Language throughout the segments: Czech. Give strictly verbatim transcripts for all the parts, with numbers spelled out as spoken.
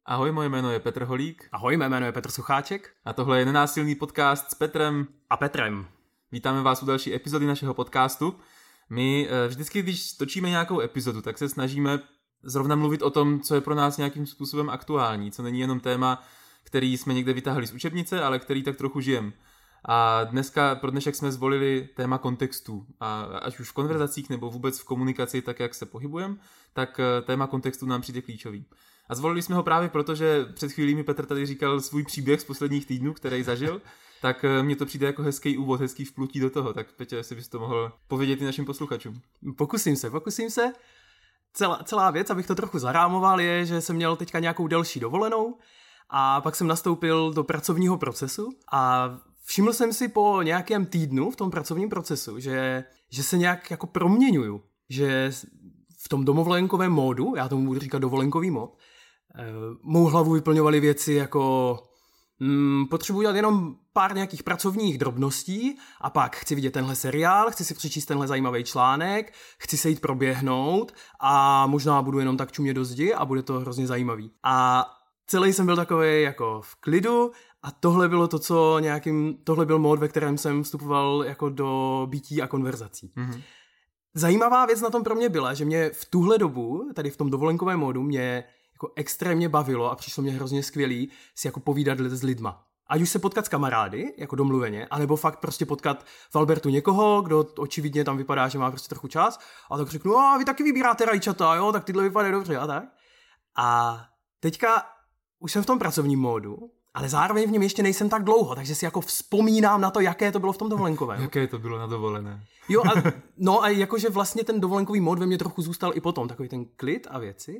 Ahoj, moje jméno je Petr Holík. Ahoj, mé jméno je Petr Sucháček. A tohle je Nenásilný podcast s Petrem a Petrem. Vítáme vás u další epizody našeho podcastu. My vždycky, když točíme nějakou epizodu, tak se snažíme zrovna mluvit o tom, co je pro nás nějakým způsobem aktuální, co není jenom téma, který jsme někde vytáhli z učebnice, ale který tak trochu žijeme. A dneska, pro dnešek jsme zvolili téma kontextu. A ať už v konverzacích nebo vůbec v komunikaci, tak jak se pohybujeme, tak téma kontextu nám přijde klíčový. A zvolili jsme ho právě proto, že před chvílí mi Petr tady říkal svůj příběh z posledních týdnů, který zažil, tak mně to přijde jako hezký úvod, hezký vplutí do toho. Tak Petě, jestli bys to mohl povědět i našim posluchačům. Pokusím se, pokusím se. Celá, celá věc, abych to trochu zarámoval, je, že jsem měl teďka nějakou delší dovolenou a pak jsem nastoupil do pracovního procesu a všiml jsem si po nějakém týdnu v tom pracovním procesu, že, že se nějak jako proměňuju, že v tom dovolenkovém módu, já tomu budu říkat dovolenkový mód, mou hlavu vyplňovaly věci jako hmm, potřebuji dělat jenom pár nějakých pracovních drobností a pak chci vidět tenhle seriál, chci si přečíst tenhle zajímavý článek, chci se jít proběhnout a možná budu jenom tak čumět do zdi a bude to hrozně zajímavý. A celý jsem byl takový jako v klidu a tohle bylo to, co nějakým, tohle byl mód, ve kterém jsem vstupoval jako do bytí a konverzací. Mm-hmm. Zajímavá věc na tom pro mě byla, že mě v tuhle dobu, tady v tom dovolenkovém módu, mě jako extrémně bavilo a přišlo mě hrozně skvělý si jako povídat s lidma. Ať už se potkat s kamarády, jako domluveně, anebo fakt prostě potkat v Albertu někoho, kdo očividně tam vypadá, že má prostě trochu čas a tak řeknu, a vy taky vybíráte rajčata, jo, tak tyhle vypadají dobře a tak. A teďka už jsem v tom pracovním módu, ale zároveň v něm ještě nejsem tak dlouho, takže si jako vzpomínám na to, jaké to bylo v tom dovolenkovém. Jaké to bylo na dovolené. Jo, a, no a jakože vlastně ten dovolenkový mód ve mně trochu zůstal i potom, takový ten klid a věci.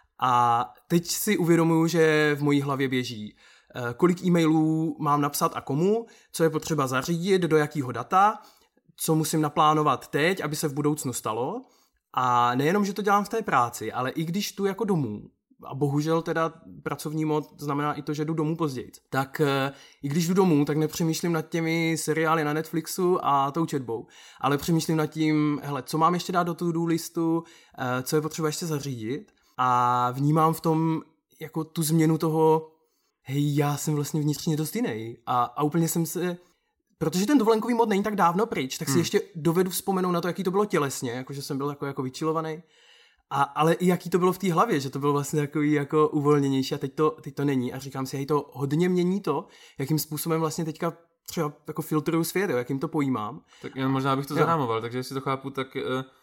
A teď si uvědomuju, že v mojí hlavě běží, kolik e-mailů mám napsat a komu, co je potřeba zařídit, do jakého data, co musím naplánovat teď, aby se v budoucnu stalo. A nejenom, že to dělám v té práci, ale i když tu jako domů, a bohužel teda pracovní mod znamená i to, že jdu domů později. Tak e, i když jdu domů, tak nepřemýšlím nad těmi seriály na Netflixu a tou četbou, ale přemýšlím nad tím, hele, co mám ještě dát do to-do listu, e, co je potřeba ještě zařídit a vnímám v tom jako tu změnu toho, hej, já jsem vlastně vnitřně dost jiný a, a úplně jsem se, protože ten dovolenkový mod není tak dávno pryč, tak si hmm. ještě dovedu vzpomenout na to, jaký to bylo tělesně, jakože jsem byl jako, jako vyčilovaný. A, ale i jaký to bylo v té hlavě, že to bylo vlastně takový jako uvolněnější a teď to, teď to není. A říkám si, hej, to hodně mění to, jakým způsobem vlastně teďka třeba jako filtruju svět, jo, jakým to pojímám. Tak jen možná bych to zarámoval, takže jestli to chápu, tak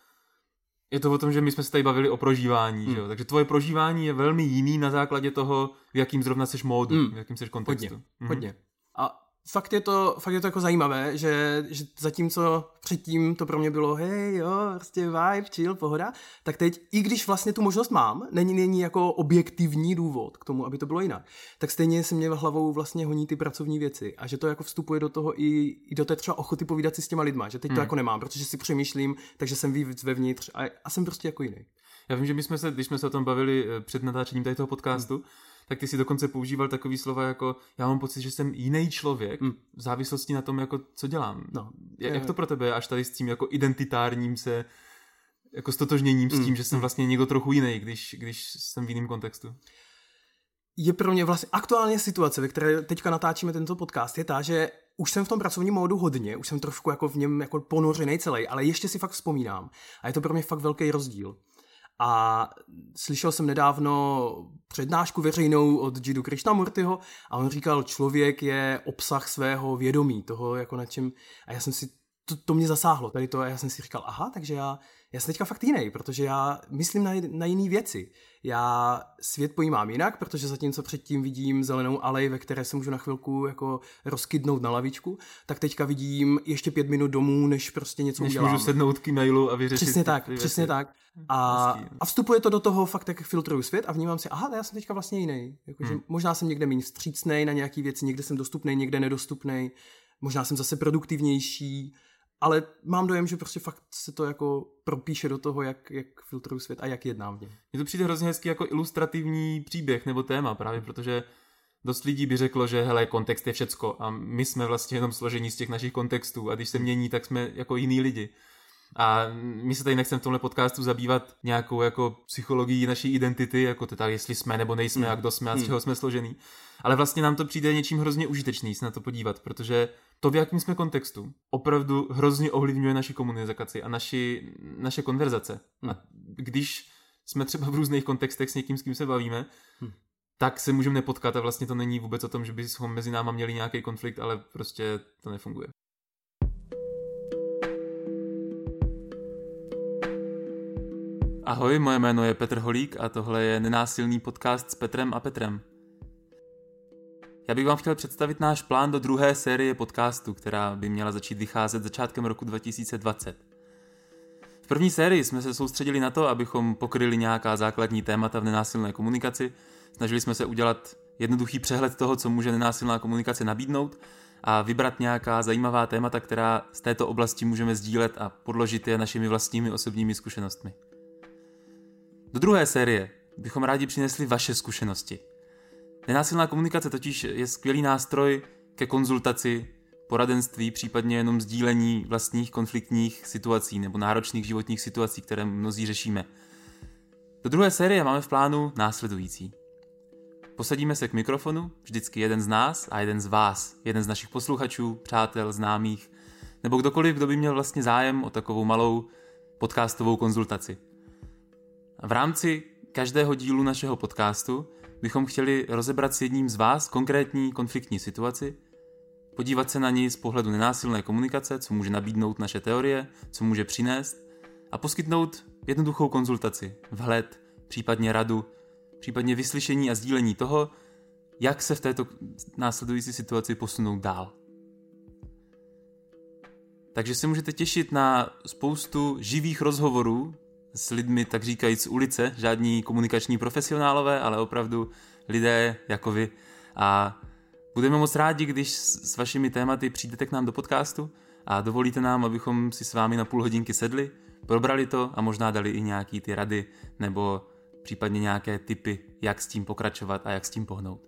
je to o tom, že my jsme se tady bavili o prožívání, hmm. že jo? Takže tvoje prožívání je velmi jiný na základě toho, v jakým zrovna seš módu, hmm. v jakým seš kontextu. Hodně, hmm. hodně. A fakt je to, fakt je to jako zajímavé, že, že zatímco předtím to pro mě bylo hej, jo, prostě vibe, chill, pohoda, tak teď, i když vlastně tu možnost mám, není, není jako objektivní důvod k tomu, aby to bylo jinak, tak stejně se mě hlavou vlastně honí ty pracovní věci a že to jako vstupuje do toho i, i do té třeba ochoty povídat si s těma lidma, že teď hmm. to jako nemám, protože si přemýšlím, takže jsem víc vevnitř a, a jsem prostě jako jiný. Já vím, že my jsme se, když jsme se o tom bavili před natáčením tady toho podcastu, hmm. tak ty si dokonce používal takový slova jako já mám pocit, že jsem jiný člověk hmm. v závislosti na tom, jako co dělám. No, jak, jak to pro tebe je až tady s tím jako identitárním se, jako stotožněním hmm. s tím, že jsem vlastně někdo trochu jiný, když, když jsem v jiném kontextu? Je pro mě vlastně aktuálně situace, ve které teďka natáčíme tento podcast, je ta, že už jsem v tom pracovním módu hodně, už jsem trošku jako v něm jako ponořený celý, ale ještě si fakt vzpomínám. A je to pro mě fakt velký rozdíl. A slyšel jsem nedávno přednášku veřejnou od Jiddu Krishnamurtiho a on říkal, člověk je obsah svého vědomí, toho jako na čem, a já jsem si, to, to mě zasáhlo tady to a já jsem si říkal, aha, takže já, já jsem teďka fakt jiný, protože já myslím na, na jiný věci. Já svět pojímám jinak, protože zatímco předtím vidím zelenou alej, ve které se můžu na chvilku jako rozkydnout na lavičku, tak teďka vidím ještě pět minut domů, než prostě něco než udělám. Než můžu sednout k e-mailu a vyřešit. Přesně tak, přesně tak. A, a vstupuje to do toho fakt, jak filtruju svět a vnímám si, aha, já jsem teďka vlastně jiný. Jakože hmm. možná jsem někde méně vstřícnej na nějaký věci, někde jsem dostupnej, někde nedostupnej, možná jsem zase produktivnější, ale mám dojem, že prostě fakt se to jako propíše do toho, jak, jak filtruju svět a jak jednám v něm. Mně to přijde hrozně hezký jako ilustrativní příběh nebo téma, právě protože dost lidí by řeklo, že hele, kontext je všecko a my jsme vlastně jenom složení z těch našich kontextů a když se mění, tak jsme jako jiní lidi. A my se tady nechceme v tomhle podcastu zabývat nějakou jako psychologií naší identity, jako teda jestli jsme nebo nejsme hmm. a kdo jsme a z čeho jsme složený. Ale vlastně nám to přijde něčím hrozně užitečný se na to podívat, protože to, v jakém jsme kontextu, opravdu hrozně ovlivňuje naši komunikaci a naši, naše konverzace. Hmm. A když jsme třeba v různých kontextech s někým, s kým se bavíme, hmm. tak se můžeme nepotkat a vlastně to není vůbec o tom, že bychom mezi náma měli nějaký konflikt, ale prostě to nefunguje. Ahoj, moje jméno je Petr Holík a tohle je Nenásilný podcast s Petrem a Petrem. Já bych vám chtěl představit náš plán do druhé série podcastu, která by měla začít vycházet začátkem roku dva tisíce dvacet. V první sérii jsme se soustředili na to, abychom pokryli nějaká základní témata v nenásilné komunikaci. Snažili jsme se udělat jednoduchý přehled toho, co může nenásilná komunikace nabídnout a vybrat nějaká zajímavá témata, která z této oblasti můžeme sdílet a podložit je našimi vlastními osobními zkušenostmi. Do druhé série bychom rádi přinesli vaše zkušenosti. Nenásilná komunikace totiž je skvělý nástroj ke konzultaci, poradenství, případně jenom sdílení vlastních konfliktních situací nebo náročných životních situací, které mnozí řešíme. Do druhé série máme v plánu následující. Posadíme se k mikrofonu, vždycky jeden z nás a jeden z vás, jeden z našich posluchačů, přátel, známých, nebo kdokoliv, kdo by měl vlastně zájem o takovou malou podcastovou konzultaci. A v rámci každého dílu našeho podcastu bychom chtěli rozebrat s jedním z vás konkrétní konfliktní situaci, podívat se na ní z pohledu nenásilné komunikace, co může nabídnout naše teorie, co může přinést a poskytnout jednoduchou konzultaci, vhled, případně radu, případně vyslyšení a sdílení toho, jak se v této následující situaci posunout dál. Takže se můžete těšit na spoustu živých rozhovorů s lidmi, tak říkajíc z ulice, žádní komunikační profesionálové, ale opravdu lidé jako vy. A budeme moc rádi, když s vašimi tématy přijdete k nám do podcastu a dovolíte nám, abychom si s vámi na půl hodinky sedli, probrali to a možná dali i nějaký ty rady nebo případně nějaké tipy, jak s tím pokračovat a jak s tím pohnout.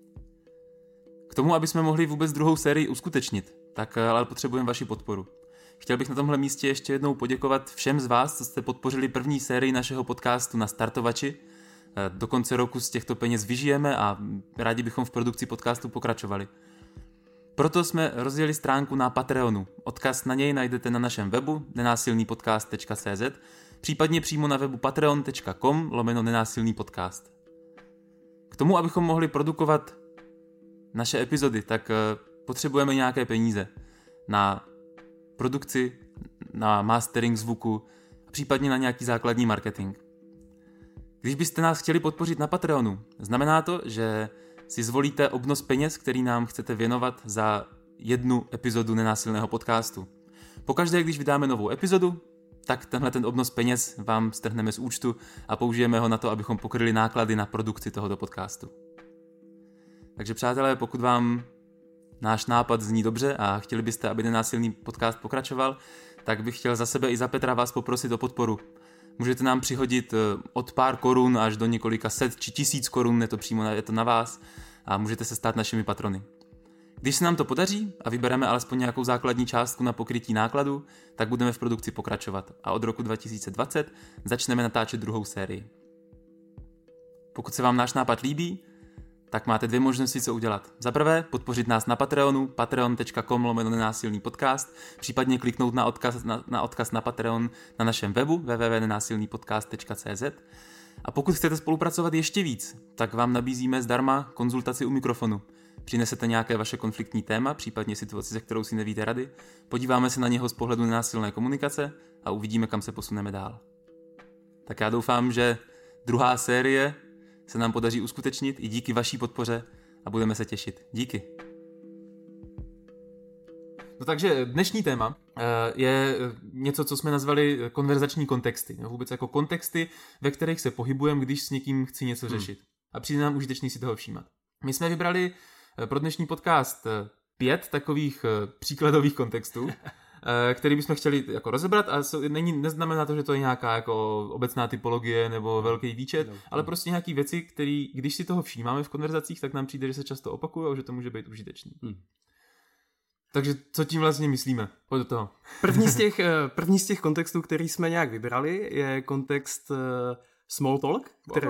K tomu, aby jsme mohli vůbec druhou sérii uskutečnit, tak ale potřebujeme vaši podporu. Chtěl bych na tomhle místě ještě jednou poděkovat všem z vás, co jste podpořili první sérii našeho podcastu na Startovači. Do konce roku z těchto peněz vyžijeme a rádi bychom v produkci podcastu pokračovali. Proto jsme rozjeli stránku na Patreonu. Odkaz na něj najdete na našem webu nenásilnýpodcast tečka cé zet, případně přímo na webu patreon tečka com lomeno nenásilný podcast. K tomu, abychom mohli produkovat naše epizody, tak potřebujeme nějaké peníze na produkci, na mastering zvuku a případně na nějaký základní marketing. Když byste nás chtěli podpořit na Patreonu, znamená to, že si zvolíte obnos peněz, který nám chcete věnovat za jednu epizodu nenásilného podcastu. Pokaždé, když vydáme novou epizodu, tak tenhle ten obnos peněz vám strhneme z účtu a použijeme ho na to, abychom pokryli náklady na produkci tohoto podcastu. Takže přátelé, pokud vám náš nápad zní dobře a chtěli byste, aby nenásilný podcast pokračoval, tak bych chtěl za sebe i za Petra vás poprosit o podporu. Můžete nám přihodit od pár korun až do několika set či tisíc korun, je to přímo je to na vás a můžete se stát našimi patrony. Když se nám to podaří a vybereme alespoň nějakou základní částku na pokrytí nákladů, tak budeme v produkci pokračovat a od roku dva tisíce dvacet začneme natáčet druhou sérii. Pokud se vám náš nápad líbí, tak máte dvě možnosti, co udělat. Za prvé, podpořit nás na Patreonu, patreon tečka com lomeno nenásilný podcast, případně kliknout na odkaz na, na odkaz na Patreon na našem webu w w w tečka nenásilnýpodcast tečka cé zet. A pokud chcete spolupracovat ještě víc, tak vám nabízíme zdarma konzultaci u mikrofonu. Přinesete nějaké vaše konfliktní téma, případně situaci, se kterou si nevíte rady, podíváme se na něho z pohledu nenásilné komunikace a uvidíme, kam se posuneme dál. Tak já doufám, že druhá série se nám podaří uskutečnit i díky vaší podpoře a budeme se těšit. Díky. No takže dnešní téma je něco, co jsme nazvali konverzační kontexty. Vůbec jako kontexty, ve kterých se pohybujeme, když s někým chci něco řešit. Hmm. A přijde nám užitečný si toho všímat. My jsme vybrali pro dnešní podcast pět takových příkladových kontextů, který bychom chtěli jako rozebrat a není, neznamená to, že to je nějaká jako obecná typologie nebo velký výčet, no, ale prostě nějaký věci, které, když si toho všímáme v konverzacích, tak nám přijde, že se často opakují a že to může být užitečný. Hmm. Takže co tím vlastně myslíme? Pojď do toho. První z těch, první z těch kontextů, který jsme nějak vybrali, je kontext uh, small talk, který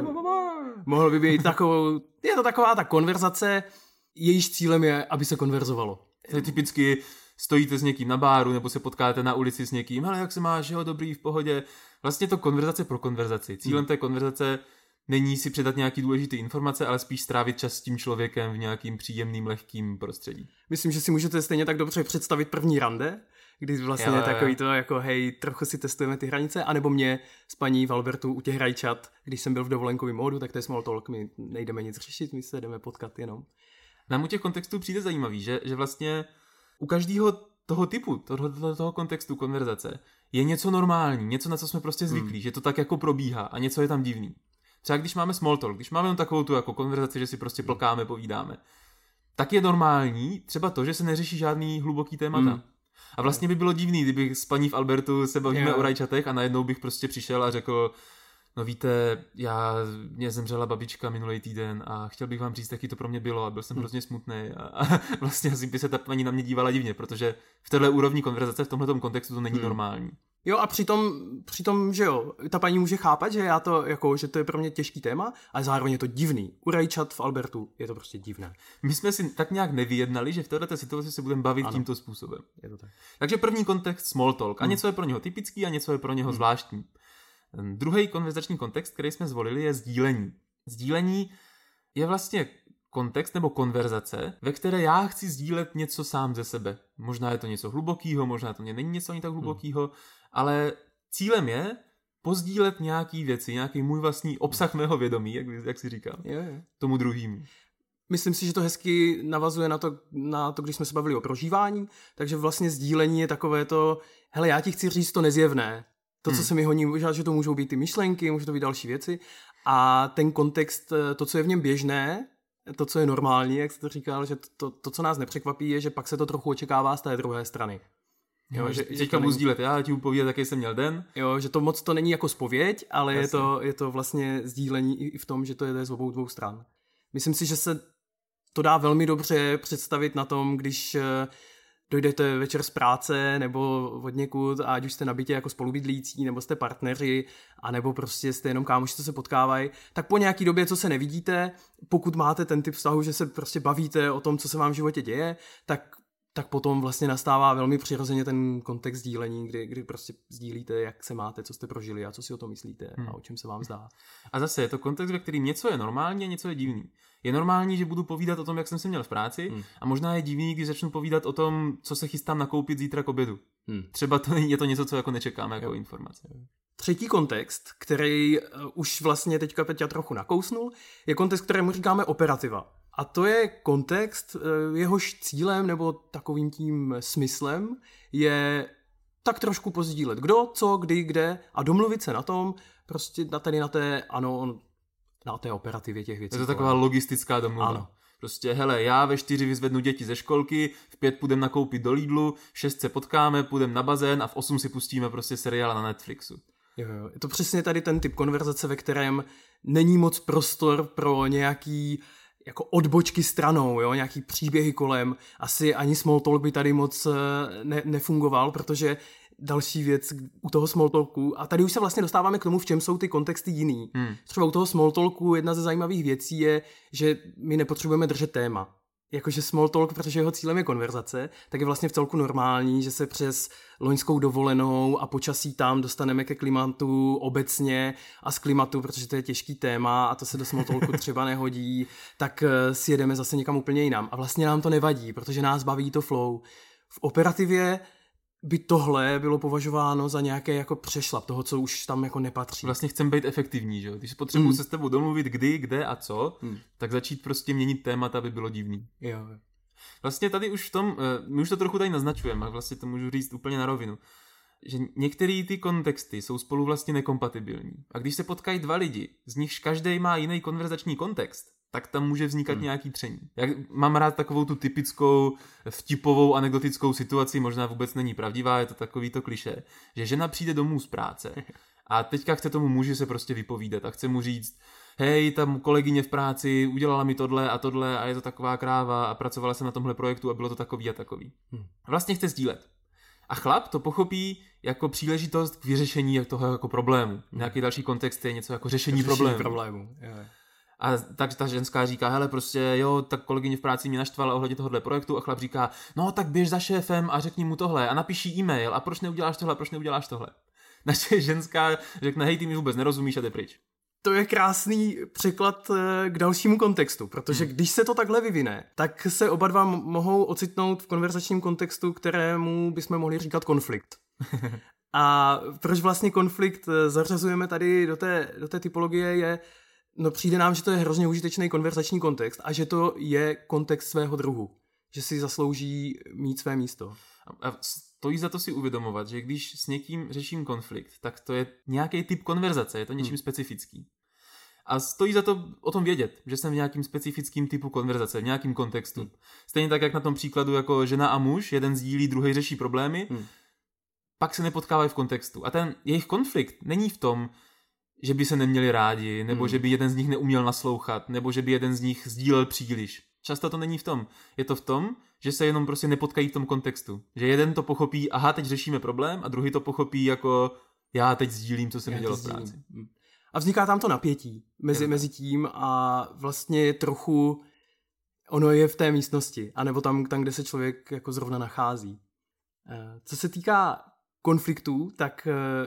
mohl by být takovou, je to taková ta konverzace, jejíž cílem je, aby se konverzovalo. To je typicky, stojíte s někým na báru, nebo se potkáte na ulici s někým, hele, jak se máš, jo, dobrý, v pohodě. Vlastně to konverzace pro konverzaci. Cílem hmm. té konverzace není si předat nějaký důležitý informace, ale spíš strávit čas s tím člověkem v nějakým příjemným, lehkým prostředí. Myslím, že si můžete stejně tak dobře představit první rande, kdy vlastně je takový to jako hej, trochu si testujeme ty hranice, anebo mě s paní v Albertu u těch hrajčat, když jsem byl v dovolenkovém módu, tak to je small talk, my nejdeme nic řešit, my se jdeme potkat jenom. Nám u těch kontextů přijde zajímavý, že, že vlastně u každého toho typu, toho, toho, toho kontextu konverzace je něco normální, něco, na co jsme prostě zvyklí, hmm. že to tak jako probíhá a něco je tam divný. Třeba když máme small talk, když máme jen takovou tu jako konverzaci, že si prostě plkáme, povídáme, tak je normální třeba to, že se neřeší žádný hluboký témata. Hmm. A vlastně by bylo divný, kdybych s paní v Albertu se bavíme yeah. o rajčatech a najednou bych prostě přišel a řekl, no víte, já, mě zemřela babička minulý týden a chtěl bych vám říct, jaký to pro mě bylo a byl jsem hmm. hrozně smutný a, a vlastně asi by se ta paní na mě dívala divně, protože v téhle úrovni konverzace, v tomhletom kontextu to není hmm. normální. Jo a přitom, přitom, že jo, ta paní může chápat, že já to, jako, že to je pro mě těžký téma, ale zároveň je to divný. U rajčat v Albertu je to prostě divné. My jsme si tak nějak nevyjednali, že v této situaci se budeme bavit ano. tímto způsobem. Je to tak. Takže první kontext small talk. A hmm. něco je pro něho typický a něco je pro něho hmm. zvláštní. Druhý konverzační kontext, který jsme zvolili, je sdílení. Sdílení je vlastně kontext nebo konverzace, ve které já chci sdílet něco sám ze sebe. Možná je to něco hlubokýho, možná to není něco ani tak hlubokýho, hmm. ale cílem je pozdílet nějaký věci, nějaký můj vlastní obsah mého vědomí, jak, jak si říkal, je, je. tomu druhýmu. Myslím si, že to hezky navazuje na to, na to, když jsme se bavili o prožívání, takže vlastně sdílení je takové to, hele, já ti chci říct to nezjevné, to, co hmm. se mi honí, že to můžou být ty myšlenky, můžou to být další věci a ten kontext, to, co je v něm běžné, to, co je normální, jak jsi to říkal, že to, to, co nás nepřekvapí, je, že pak se to trochu očekává z té druhé strany. Jo, jo, že, že teďka budu sdílet, já ti budu povídat, jaký jsem měl den. Jo, že to moc to není jako zpověď, ale je to, je to vlastně sdílení i v tom, že to je z obou dvou stran. Myslím si, že se to dá velmi dobře představit na tom, když dojdete večer z práce nebo od někud a ať už jste na bytě jako spolubydlící, nebo jste partneři, anebo prostě jste jenom kámoši, co se potkávají, tak po nějaký době, co se nevidíte, pokud máte ten typ vztahu, že se prostě bavíte o tom, co se vám v životě děje, tak tak potom vlastně nastává velmi přirozeně ten kontext sdílení, kdy, kdy prostě sdílíte, jak se máte, co jste prožili a co si o tom myslíte hmm. a o čem se vám zdá. A zase je to kontext, ve kterým něco je normální a něco je divný. Je normální, že budu povídat o tom, jak jsem se měl v práci hmm. a možná je divný, když začnu povídat o tom, co se chystám nakoupit zítra k obědu. Hmm. Třeba to je to něco, co jako nečekáme jako jo. informace. Třetí kontext, který už vlastně teďka Peťa trochu nakousnul, je kontext, kterému říkáme operativa. A to je kontext, jehož cílem nebo takovým tím smyslem je tak trošku pozdílet. Kdo, co, kdy, kde a domluvit se na tom, prostě na tady na té, ano, na té operativě těch věcí. Je to taková logistická domluva. Ano. Prostě, hele, já ve čtyři vyzvednu děti ze školky, v pět půjdem nakoupit do Lidlu, v šest se potkáme, půjdem na bazén a v osm si pustíme prostě seriál na Netflixu. Jo, jo. Je to přesně tady ten typ konverzace, ve kterém není moc prostor pro nějaký jako odbočky stranou, jo, nějaký příběhy kolem. Asi ani small talk by tady moc ne, nefungoval, protože další věc u toho small talku, a tady už se vlastně dostáváme k tomu, v čem jsou ty kontexty jiný. Hmm. Třeba u toho small talku jedna ze zajímavých věcí je, že my nepotřebujeme držet téma. Jakože small talk, protože jeho cílem je konverzace, tak je vlastně v celku normální, že se přes loňskou dovolenou a počasí tam dostaneme ke klimatu obecně a z klimatu, protože to je těžký téma a to se do small talku třeba nehodí, tak si jedeme zase někam úplně jinam. A vlastně nám to nevadí, protože nás baví to flow. V operativě by tohle bylo považováno za nějaké jako přešlap toho, co už tam jako nepatří. Vlastně chceme být efektivní, že jo? Když potřebuji hmm. se s tebou domluvit kdy, kde a co, hmm. tak začít prostě měnit témata, aby bylo divný. Jo. Vlastně tady už v tom, my už to trochu tady naznačujeme, a vlastně to můžu říct úplně na rovinu, že některé ty kontexty jsou spolu vlastně nekompatibilní. A když se potkají dva lidi, z nichž každý má jiný konverzační kontext, tak tam může vznikat hmm. nějaký tření. Já mám rád takovou tu typickou vtipovou anekdotickou situaci, možná vůbec není pravdivá, je to takový to klišé, že žena přijde domů z práce a teďka chce tomu muži se prostě vypovídat a chce mu říct, hej, tam kolegyně v práci udělala mi tohle a tohle a je to taková kráva a pracovala jsem na tomhle projektu a bylo to takový a takový. Hmm. Vlastně chce sdílet. A chlap to pochopí jako příležitost k vyřešení toho jako problému. Hmm. Nějaký další kontext je něco jako řešení, řešení problému. problému. Yeah. A tak ta ženská říká, hele, prostě jo, tak kolegyně v práci mě naštvala ohledně tohohle projektu a chlap říká, no tak běž za šéfem a řekni mu tohle a napiš jí e-mail a proč neuděláš tohle, proč neuděláš tohle. Naše ženská řekne, hej, ty mi vůbec nerozumíš a jde pryč. To je krásný překlad k dalšímu kontextu, protože hmm. když se to takhle vyvine, tak se oba dva mohou ocitnout v konverzačním kontextu, kterému bychom mohli říkat konflikt. A proč vlastně konflikt zařazujeme tady do té, do té typologie je, no přijde nám, že to je hrozně užitečný konverzační kontext a že to je kontext svého druhu, že si zaslouží mít své místo. A stojí za to si uvědomovat, že když s někým řeším konflikt, tak to je nějaký typ konverzace, je to něčím hmm. specifický. A stojí za to o tom vědět, že jsem v nějakým specifickým typu konverzace, v nějakým kontextu. Hmm. Stejně tak, jak na tom příkladu jako žena a muž, jeden sdílí, druhý řeší problémy, hmm. pak se nepotkávají v kontextu. A ten jejich konflikt není v tom, že by se neměli rádi, nebo hmm. že by jeden z nich neuměl naslouchat, nebo že by jeden z nich sdílel příliš. Často to není v tom. Je to v tom, že se jenom prostě nepotkají v tom kontextu. Že jeden to pochopí, aha, teď řešíme problém, a druhý to pochopí jako já teď sdílím, co se mi dělo v práci. A vzniká tam to napětí mezi, mezi tím a vlastně trochu ono je v té místnosti, anebo tam, tam, kde se člověk jako zrovna nachází. Co se týká konfliktů, tak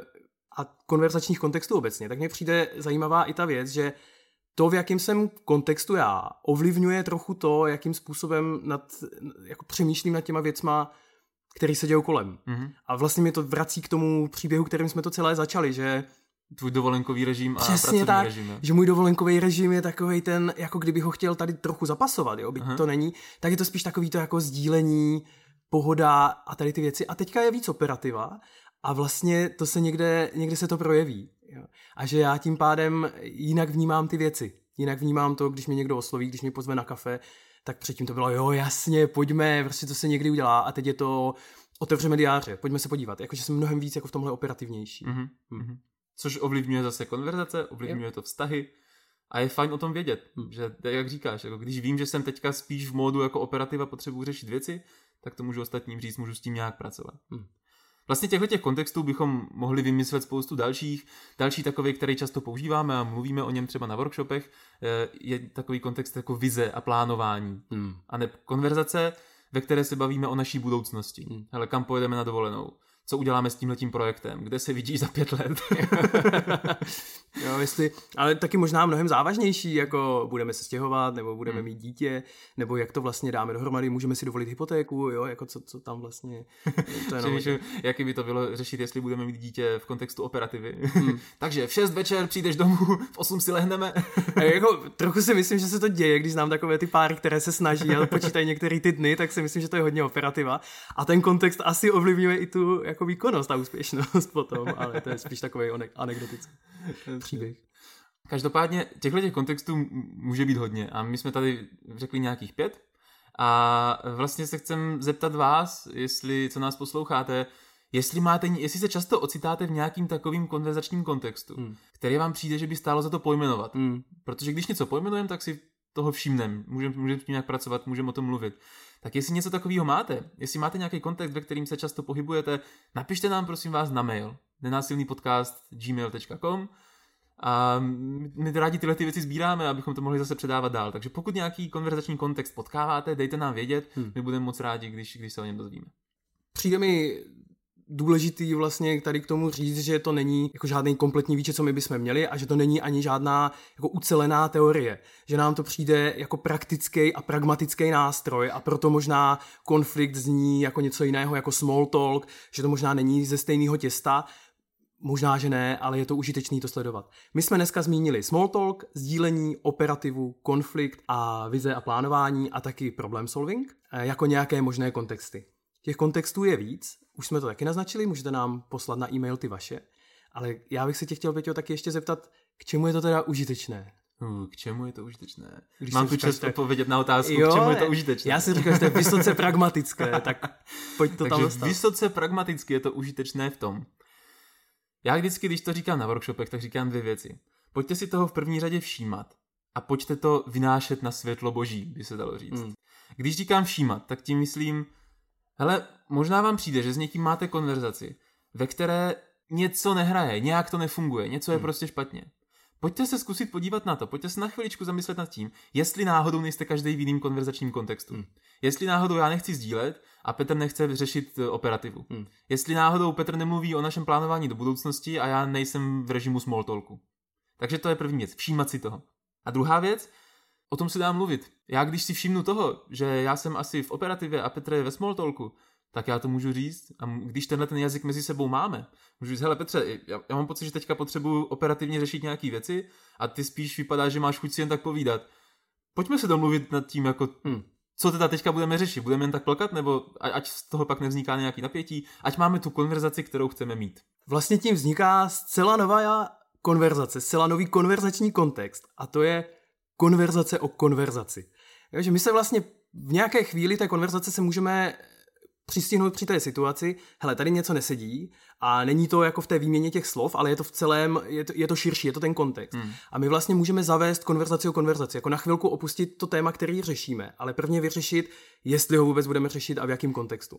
a konverzačních kontextů obecně, tak mně přijde zajímavá i ta věc, že to, v jakém jsem kontextu já, ovlivňuje trochu to, jakým způsobem nad, jako přemýšlím nad těma věcma, které se dějou kolem. Mm-hmm. A vlastně mě to vrací k tomu příběhu, kterým jsme to celé začali, že tvůj dovolenkový režim a přesně pracovní tak, režim. Ne? Že můj dovolenkový režim je takovej ten, jako kdybych ho chtěl tady trochu zapasovat, jo, byť Aha. to není, tak je to spíš takový to jako sdílení, pohoda a tady ty věci. A teďka je víc operativa a vlastně to se někde, někde se to projeví. Jo. A že já tím pádem jinak vnímám ty věci. Jinak vnímám to, když mě někdo osloví, když mě pozve na kafe, tak předtím to bylo, jo, jasně, pojďme, prostě to se někdy udělá a teď je to, otevřeme diáře, pojďme se podívat. Jakože jsem mnohem víc jako v tomhle operativnější. Mm-hmm. Mm-hmm. Což ovlivňuje zase konverzace, ovlivňuje to vztahy a je fajn o tom vědět, hmm. že jak říkáš, jako když vím, že jsem teďka spíš v módu jako operativa, potřebuji řešit věci, tak to můžu ostatním říct, můžu s tím nějak pracovat. Hmm. Vlastně těchto těch kontextů bychom mohli vymyslet spoustu dalších. Další takový, který často používáme a mluvíme o něm třeba na workshopech, je takový kontext jako vize a plánování. Hmm. A ne konverzace, ve které se bavíme o naší budoucnosti. Hmm. Hele, kam pojedeme na dovolenou? Co uděláme s tímhletím projektem? Kde se vidíš za pět let? Jo, jestli, ale taky možná mnohem závažnější, jako budeme se stěhovat, nebo budeme hmm. mít dítě, nebo jak to vlastně dáme dohromady, můžeme si dovolit hypotéku, jo, jako co, co tam vlastně... To je Víš, jaký by to bylo řešit, jestli budeme mít dítě v kontextu operativy. Hmm. Takže v šest večer přijdeš domů, v osm si lehneme. A jako, trochu si myslím, že se to děje, když znám takové ty páry, které se snaží, ale počítají některé ty dny, tak si myslím, že to je hodně operativa. A ten kontext asi ovlivňuje i tu jako výkonnost a úspěšnost potom, ale to je spíš takový anekdotický příběh. Každopádně těchto těch kontextů může být hodně a my jsme tady řekli nějakých pět a vlastně se chcem zeptat vás, jestli, co nás posloucháte, jestli máte, jestli se často ocitáte v nějakým takovým konverzačním kontextu, hmm. který vám přijde, že by stálo za to pojmenovat. Hmm. Protože když něco pojmenujeme, tak si toho všimneme, můžeme můžem s tím nějak pracovat, můžeme o tom mluvit. Tak jestli něco takového máte, jestli máte nějaký kontext, ve kterým se často pohybujete, napište nám prosím vás na mail nenásilnýpodcast gmail tečka com a my rádi tyhle ty věci sbíráme, abychom to mohli zase předávat dál. Takže pokud nějaký konverzační kontext potkáváte, dejte nám vědět, hmm. my budeme moc rádi, když, když se o něm dozvíme. Přijde mi důležitý vlastně tady k tomu říct, že to není jako žádný kompletní výčet, co my bychom měli a že to není ani žádná jako ucelená teorie. Že nám to přijde jako praktický a pragmatický nástroj a proto možná konflikt zní jako něco jiného, jako small talk, že to možná není ze stejného těsta. Možná, že ne, ale je to užitečný to sledovat. My jsme dneska zmínili small talk, sdílení, operativu, konflikt a vize a plánování a taky problem solving jako nějaké možné kontexty. Těch kontextů je víc, už jsme to taky naznačili, můžete nám poslat na e-mail ty vaše, ale já bych se tě chtěl, Peťo, taky ještě zeptat, k čemu je to teda užitečné? Uh, k čemu je to užitečné? Když Mám tu čest říkáš, odpovědět na otázku, jo, k čemu je to užitečné. Já si říkám, že to je vysoce pragmatické, tak pojď to tam dostat. Vysoce pragmaticky je to užitečné v tom. Já vždycky, když to říkám na workshopech, tak říkám dvě věci. Pojďte si toho v první řadě všímat a pojďte to vynášet na světlo boží, by se dalo říct. Hmm. Když říkám všímat, tak tím myslím, hele, možná vám přijde, že s někým máte konverzaci, ve které něco nehraje, nějak to nefunguje, něco je hmm. prostě špatně. Pojďte se zkusit podívat na to, pojďte se na chviličku zamyslet nad tím, jestli náhodou nejste každý v jiným konverzačním kontextu. Hmm. Jestli náhodou já nechci sdílet a Petr nechce řešit operativu. Hmm. Jestli náhodou Petr nemluví o našem plánování do budoucnosti a já nejsem v režimu small talku. Takže to je první věc, všímat si toho. A druhá věc, o tom se dá mluvit. Já když si všimnu toho, že já jsem asi v operativě a Petr je ve small talku, tak já to můžu říct a když tenhle ten jazyk mezi sebou máme, můžu říct, hele Petře, já, já mám pocit, že teďka potřebuju operativně řešit nějaký věci a ty spíš vypadá, že máš chuť si jen tak povídat. Pojďme se domluvit nad tím, jako, hmm, co teda teďka budeme řešit. Budeme jen tak plakat, nebo ať z toho pak nevzniká nějaký napětí, ať máme tu konverzaci, kterou chceme mít. Vlastně tím vzniká zcela nová konverzace, zcela nový konverzační kontext a to je konverzace o konverzaci. Takže my se vlastně v nějaké chvíli té konverzace se můžeme přistihnout při té situaci, hele, tady něco nesedí a není to jako v té výměně těch slov, ale je to v celém, je to, je to širší, je to ten kontext. Hmm. A my vlastně můžeme zavést konverzaci o konverzaci, jako na chvilku opustit to téma, který řešíme, ale prvně vyřešit, jestli ho vůbec budeme řešit a v jakém kontextu.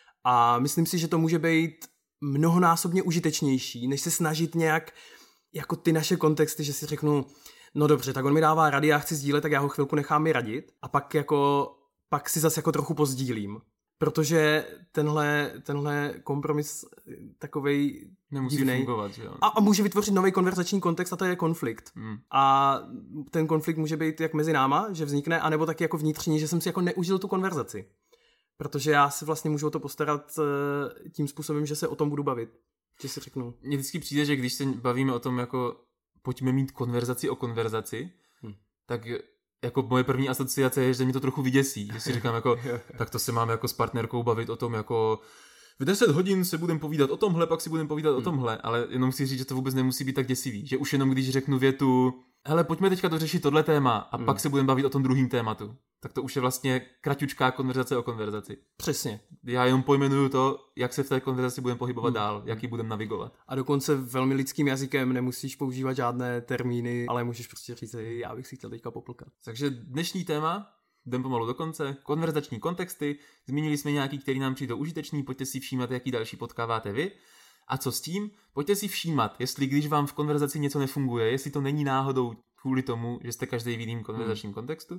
A myslím si, že to může být mnohonásobně užitečnější, než se snažit nějak jako ty naše kontexty, že si řeknu, no dobře, tak on mi dává rady, já chci sdílet, tak já ho chvilku nechám mi radit a pak jako, pak si zase jako trochu pozdílím. Protože tenhle, tenhle kompromis takovej nemusí divnej, fungovat, že jo? A, a může vytvořit nový konverzační kontext a to je konflikt. Hmm. A ten konflikt může být jak mezi náma, že vznikne, anebo taky jako vnitřní, že jsem si jako neužil tu konverzaci. Protože já si vlastně můžu o to postarat tím způsobem, že se o tom budu bavit. Že si řeknu. Mně vždycky přijde, že když se bavíme o tom, jako pojďme mít konverzaci o konverzaci, hmm. tak jako moje první asociace je, že mi to trochu vyděsí. Že si říkám, jako, tak to se máme jako s partnerkou bavit o tom, jako v deset hodin se budeme povídat o tomhle, pak si budeme povídat hmm. o tomhle, ale jenom si říct, že to vůbec nemusí být tak děsivý. Že už jenom když řeknu větu, hele, pojďme teďka dořešit tohle téma a hmm. pak se budeme bavit o tom druhém tématu. Tak to už je vlastně kratučká konverzace o konverzaci. Přesně. Já jenom pojmenuju to, jak se v té konverzaci budeme pohybovat hmm. dál, jak ji budeme navigovat. A dokonce velmi lidským jazykem nemusíš používat žádné termíny, ale můžeš prostě říct, já bych si chtěl teďka poplkat. Takže dnešní téma, jdem pomalu do konce, konverzační kontexty, zmínili jsme nějaký, který nám přijde užitečný, pojďte si všímat, jaký další potkáváte vy. A co s tím? Pojďte si všímat, jestli když vám v konverzaci něco nefunguje, jestli to není náhodou kvůli tomu, že jste každý v jiném konverzačním hmm. kontextu.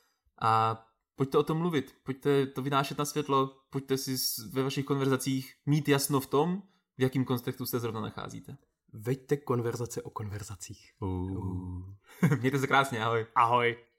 A pojďte o tom mluvit, pojďte to vynášet na světlo, pojďte si ve vašich konverzacích mít jasno v tom, v jakém kontextu se zrovna nacházíte. Veďte konverzace o konverzacích. Uh. Mějte se krásně, ahoj. Ahoj.